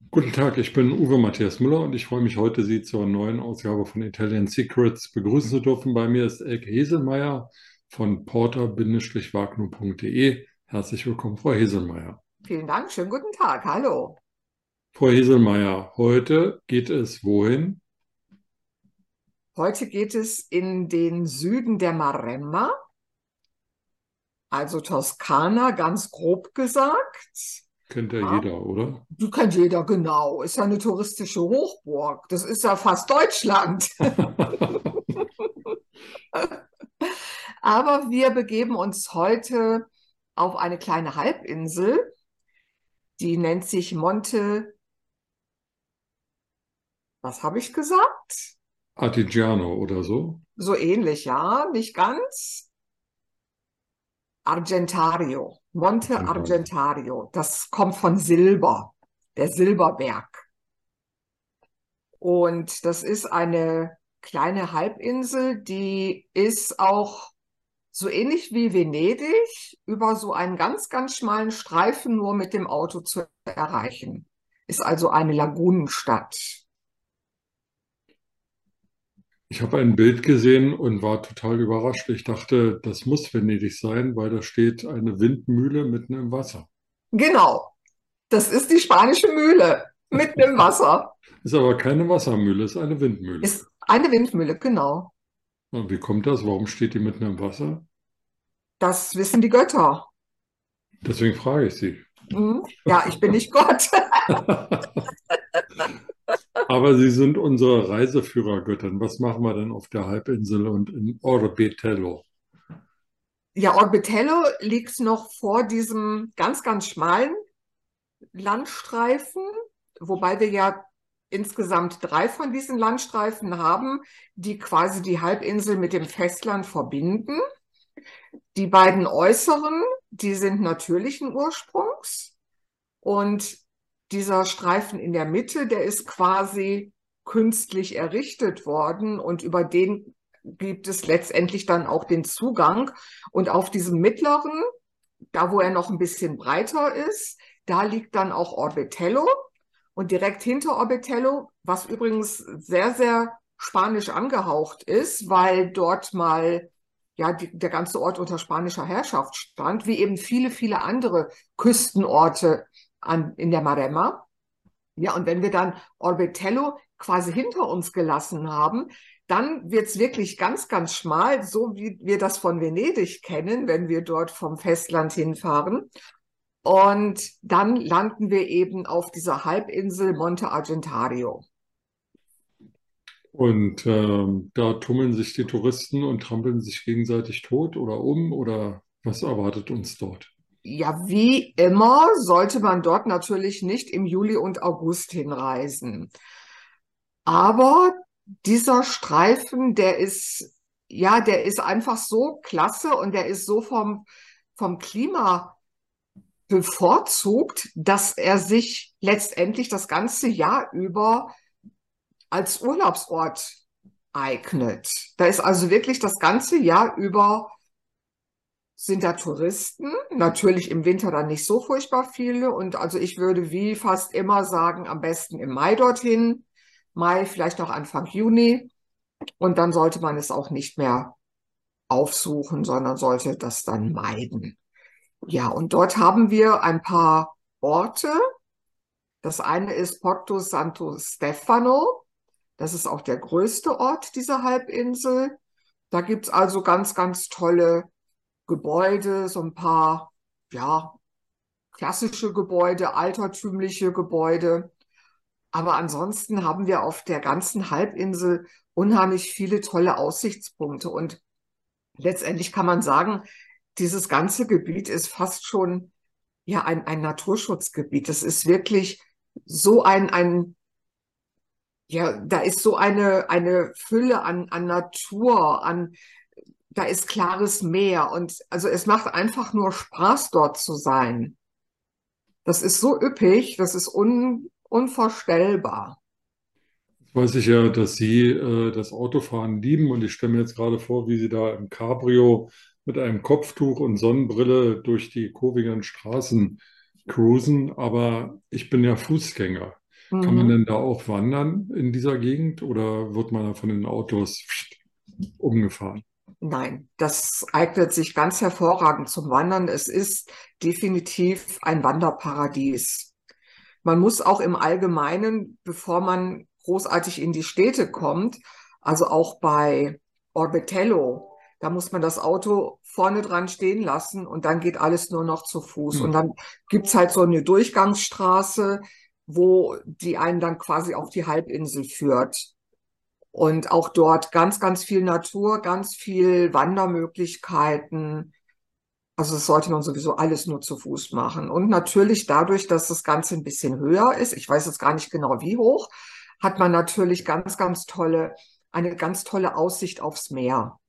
Guten Tag, ich bin Uwe Matthias Müller und ich freue mich heute, Sie zur neuen Ausgabe von Italian Secrets begrüßen zu dürfen. Bei mir ist Elke Heselmeier von porter-wagner.de. Herzlich willkommen, Frau Heselmeier. Vielen Dank, schönen guten Tag, hallo. Frau Heselmeier, heute geht es wohin? Heute geht es in den Süden der Maremma, also Toskana, ganz grob gesagt. Kennt ja Ja, jeder, oder? die kennt jeder genau, ist ja eine touristische Hochburg. Das ist ja fast Deutschland. Aber wir begeben uns heute auf eine kleine Halbinsel, die nennt sich Monte, was habe ich gesagt? Artigiano oder so? So ähnlich, ja, nicht ganz. Argentario, Monte Argentario. Argentario. Das kommt von Silber, der Silberberg. Und das ist eine kleine Halbinsel, die ist auch so ähnlich wie Venedig über so einen ganz, ganz schmalen Streifen nur mit dem Auto zu erreichen. Ist also eine Lagunenstadt. Ich habe ein Bild gesehen und war total überrascht. Ich dachte, das muss Venedig sein, weil da steht eine Windmühle mitten im Wasser. Genau, das ist die spanische Mühle mitten im Wasser. Ist aber keine Wassermühle, ist eine Windmühle. Ist eine Windmühle, genau. Und wie kommt das? Warum steht die mitten im Wasser? Das wissen die Götter. Deswegen frage ich Sie. Ja, ich bin nicht Gott. Aber Sie sind unsere Reiseführergöttin. Was machen wir denn auf der Halbinsel und in Orbetello? Ja, Orbetello liegt noch vor diesem ganz, ganz schmalen Landstreifen, wobei wir ja insgesamt drei von diesen Landstreifen haben, die quasi die Halbinsel mit dem Festland verbinden. Die beiden äußeren, die sind natürlichen Ursprungs und dieser Streifen in der Mitte, der ist quasi künstlich errichtet worden und über den gibt es letztendlich dann auch den Zugang. Und auf diesem mittleren, da wo er noch ein bisschen breiter ist, da liegt dann auch Orbetello. Und direkt hinter Orbetello, was übrigens sehr, sehr spanisch angehaucht ist, weil dort mal ja der ganze Ort unter spanischer Herrschaft stand, wie eben viele, viele andere Küstenorte in der Maremma. Ja, und wenn wir dann Orbetello quasi hinter uns gelassen haben, dann wird's wirklich ganz, ganz schmal, so wie wir das von Venedig kennen, wenn wir dort vom Festland hinfahren. Und dann landen wir eben auf dieser Halbinsel Monte Argentario. Und da tummeln sich die Touristen und trampeln sich gegenseitig tot oder um oder was erwartet uns dort? Ja, wie immer sollte man dort natürlich nicht im Juli und August hinreisen. Aber dieser Streifen, der ist einfach so klasse und der ist so vom Klima bevorzugt, dass er sich letztendlich das ganze Jahr über als Urlaubsort eignet. Da ist also wirklich das ganze Jahr über sind da Touristen, natürlich im Winter dann nicht so furchtbar viele. Und also ich würde wie fast immer sagen, am besten im Mai dorthin. Mai, vielleicht auch Anfang Juni. Und dann sollte man es auch nicht mehr aufsuchen, sondern sollte das dann meiden. Ja, und dort haben wir ein paar Orte. Das eine ist Porto Santo Stefano. Das ist auch der größte Ort dieser Halbinsel. Da gibt's also ganz, ganz tolle Gebäude, so ein paar, ja, klassische Gebäude, altertümliche Gebäude. Aber ansonsten haben wir auf der ganzen Halbinsel unheimlich viele tolle Aussichtspunkte. Und letztendlich kann man sagen, dieses ganze Gebiet ist fast schon ja ein Naturschutzgebiet. Das ist wirklich so ja, da ist so eine Fülle an Natur, da ist klares Meer. Und also es macht einfach nur Spaß, dort zu sein. Das ist so üppig, das ist unvorstellbar. Jetzt weiß ich ja, dass Sie das Autofahren lieben und ich stelle mir jetzt gerade vor, wie Sie da im Cabrio mit einem Kopftuch und Sonnenbrille durch die kurvigen Straßen cruisen, aber ich bin ja Fußgänger. Kann man Mhm. denn da auch wandern in dieser Gegend oder wird man da von den Autos umgefahren? Nein, das eignet sich ganz hervorragend zum Wandern. Es ist definitiv ein Wanderparadies. Man muss auch im Allgemeinen, bevor man großartig in die Städte kommt, also auch bei Orbetello, da muss man das Auto vorne dran stehen lassen und dann geht alles nur noch zu Fuß. Und Hm. dann gibt's halt so eine Durchgangsstraße, wo die einen dann quasi auf die Halbinsel führt. Und auch dort ganz, ganz viel Natur, ganz viel Wandermöglichkeiten. Also das sollte man sowieso alles nur zu Fuß machen. Und natürlich dadurch, dass das Ganze ein bisschen höher ist, ich weiß jetzt gar nicht genau wie hoch, hat man natürlich eine ganz tolle Aussicht aufs Meer.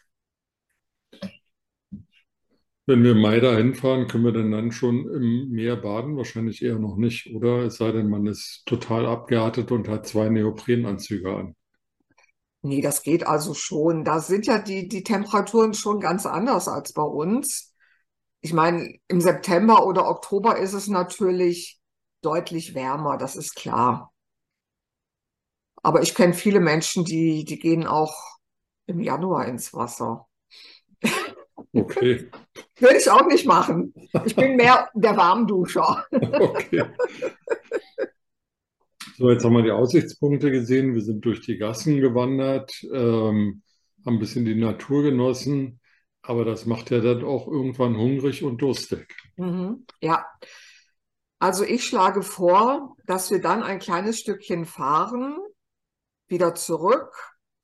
Wenn wir im Mai da hinfahren, können wir denn dann schon im Meer baden? Wahrscheinlich eher noch nicht, oder? Es sei denn, man ist total abgehärtet und hat zwei Neoprenanzüge an. Nee, das geht also schon. Da sind ja die Temperaturen schon ganz anders als bei uns. Ich meine, im September oder Oktober ist es natürlich deutlich wärmer, das ist klar. Aber ich kenne viele Menschen, die gehen auch im Januar ins Wasser. Okay, Würde ich auch nicht machen. Ich bin mehr der Warmduscher. okay. So, jetzt haben wir die Aussichtspunkte gesehen. Wir sind durch die Gassen gewandert, haben ein bisschen die Natur genossen. Aber das macht ja dann auch irgendwann hungrig und durstig. Mhm. Ja, also ich schlage vor, dass wir dann ein kleines Stückchen fahren, wieder zurück.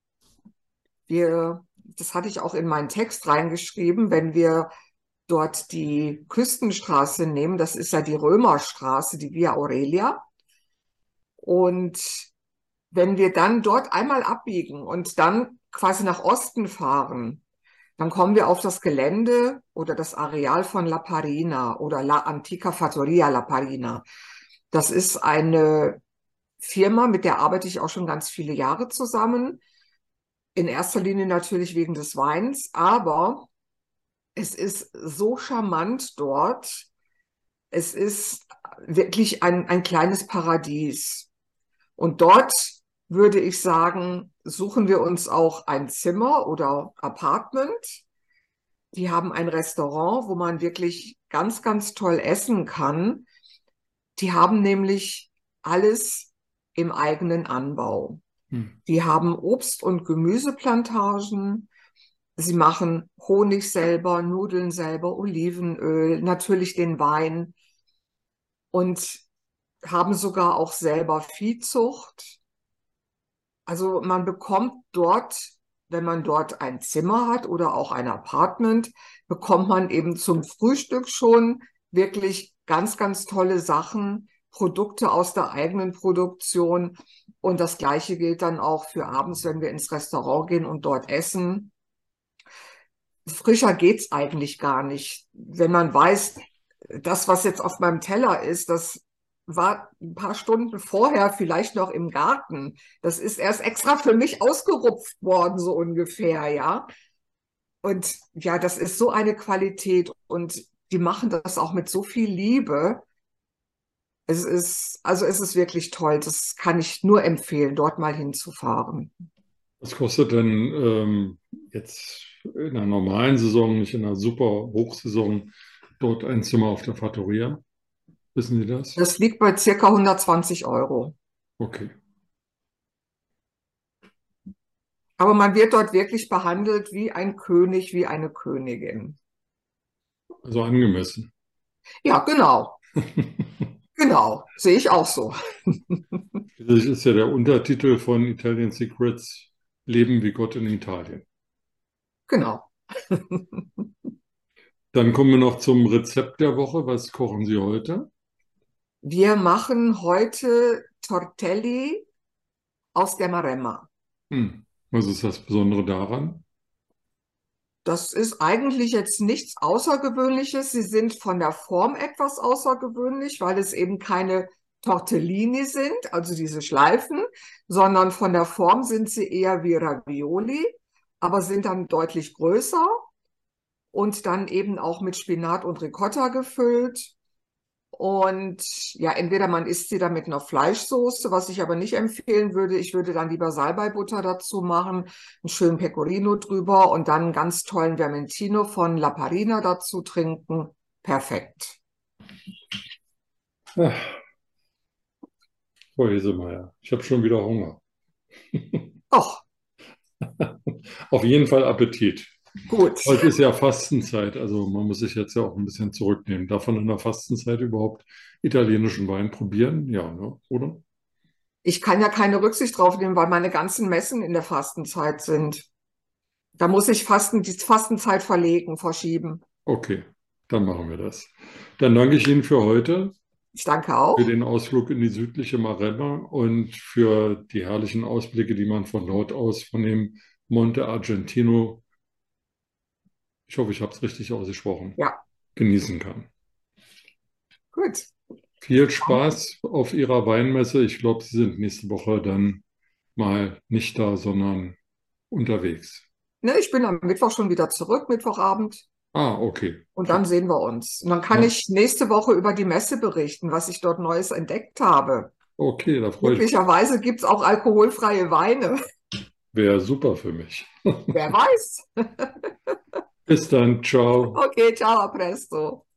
Das hatte ich auch in meinen Text reingeschrieben, wenn wir dort die Küstenstraße nehmen, das ist ja die Römerstraße, die Via Aurelia. Und wenn wir dann dort einmal abbiegen und dann quasi nach Osten fahren, dann kommen wir auf das Gelände oder das Areal von La Parina oder La Antica Fattoria La Parina. Das ist eine Firma, mit der arbeite ich auch schon ganz viele Jahre zusammen. In erster Linie natürlich wegen des Weins, aber es ist so charmant dort. Es ist wirklich ein kleines Paradies. Und dort würde ich sagen, suchen wir uns auch ein Zimmer oder Apartment. Die haben ein Restaurant, wo man wirklich ganz, ganz toll essen kann. Die haben nämlich alles im eigenen Anbau. Hm. Die haben Obst- und Gemüseplantagen. Sie machen Honig selber, Nudeln selber, Olivenöl, natürlich den Wein und haben sogar auch selber Viehzucht. Also man bekommt dort, wenn man dort ein Zimmer hat oder auch ein Apartment, bekommt man eben zum Frühstück schon wirklich ganz, ganz tolle Sachen, Produkte aus der eigenen Produktion. Und das Gleiche gilt dann auch für abends, wenn wir ins Restaurant gehen und dort essen. Frischer geht's eigentlich gar nicht. Wenn man weiß, das, was jetzt auf meinem Teller ist, das war ein paar Stunden vorher vielleicht noch im Garten. Das ist erst extra für mich ausgerupft worden, so ungefähr, ja. Und ja, das ist so eine Qualität und die machen das auch mit so viel Liebe. Also es ist wirklich toll. Das kann ich nur empfehlen, dort mal hinzufahren. Was kostet denn jetzt in einer normalen Saison, nicht in einer super Hochsaison, dort ein Zimmer auf der Fattoria? Wissen Sie das? Das liegt bei circa 120 Euro. Okay, Aber man wird dort wirklich behandelt wie ein König, wie eine Königin. also angemessen. Ja, genau, genau, sehe ich auch so. Das ist ja der Untertitel von Italian Secrets, Leben wie Gott in Italien. Genau. Dann kommen wir noch zum Rezept der Woche. Was kochen Sie heute? Wir machen heute Tortelli aus der Maremma. Hm. Was ist das Besondere daran? Das ist eigentlich jetzt nichts Außergewöhnliches. Sie sind von der Form etwas außergewöhnlich, weil es eben keine Tortellini sind, also diese Schleifen, sondern von der Form sind sie eher wie Ravioli, aber sind dann deutlich größer und dann eben auch mit Spinat und Ricotta gefüllt. Und ja, entweder man isst sie dann mit einer Fleischsoße, was ich aber nicht empfehlen würde. Ich würde dann lieber Salbeibutter dazu machen, einen schönen Pecorino drüber und dann einen ganz tollen Vermentino von La Farina dazu trinken. Perfekt. Ach, Frau Hesemeyer, ich habe schon wieder Hunger. Och, Auf jeden Fall Appetit. gut. Heute ist ja Fastenzeit, also man muss sich jetzt ja auch ein bisschen zurücknehmen. Darf man in der Fastenzeit überhaupt italienischen Wein probieren? Ja, ne? Oder? Ich kann ja keine Rücksicht drauf nehmen, weil meine ganzen Messen in der Fastenzeit sind. Da muss ich die Fastenzeit verlegen, verschieben. Okay, dann machen wir das. Dann danke ich Ihnen für heute, Ich danke für auch. den Ausflug in die südliche Maremma und für die herrlichen Ausblicke, die man von dort aus von dem Monte Argentino, ich hoffe, ich habe es richtig ausgesprochen, Ja, genießen kann. gut. Viel Spaß auf Ihrer Weinmesse. Ich glaube, Sie sind nächste Woche dann mal nicht da, sondern unterwegs. Ne, ich bin am Mittwoch schon wieder zurück, Mittwochabend. Ah, okay. Und dann sehen wir uns. Und dann kann Ja, ich nächste Woche über die Messe berichten, was ich dort Neues entdeckt habe. okay, da freue ich mich. Möglicherweise gibt es auch alkoholfreie Weine. Wäre super für mich. Wer weiß. Bis dann, ciao. Okay, ciao, a presto.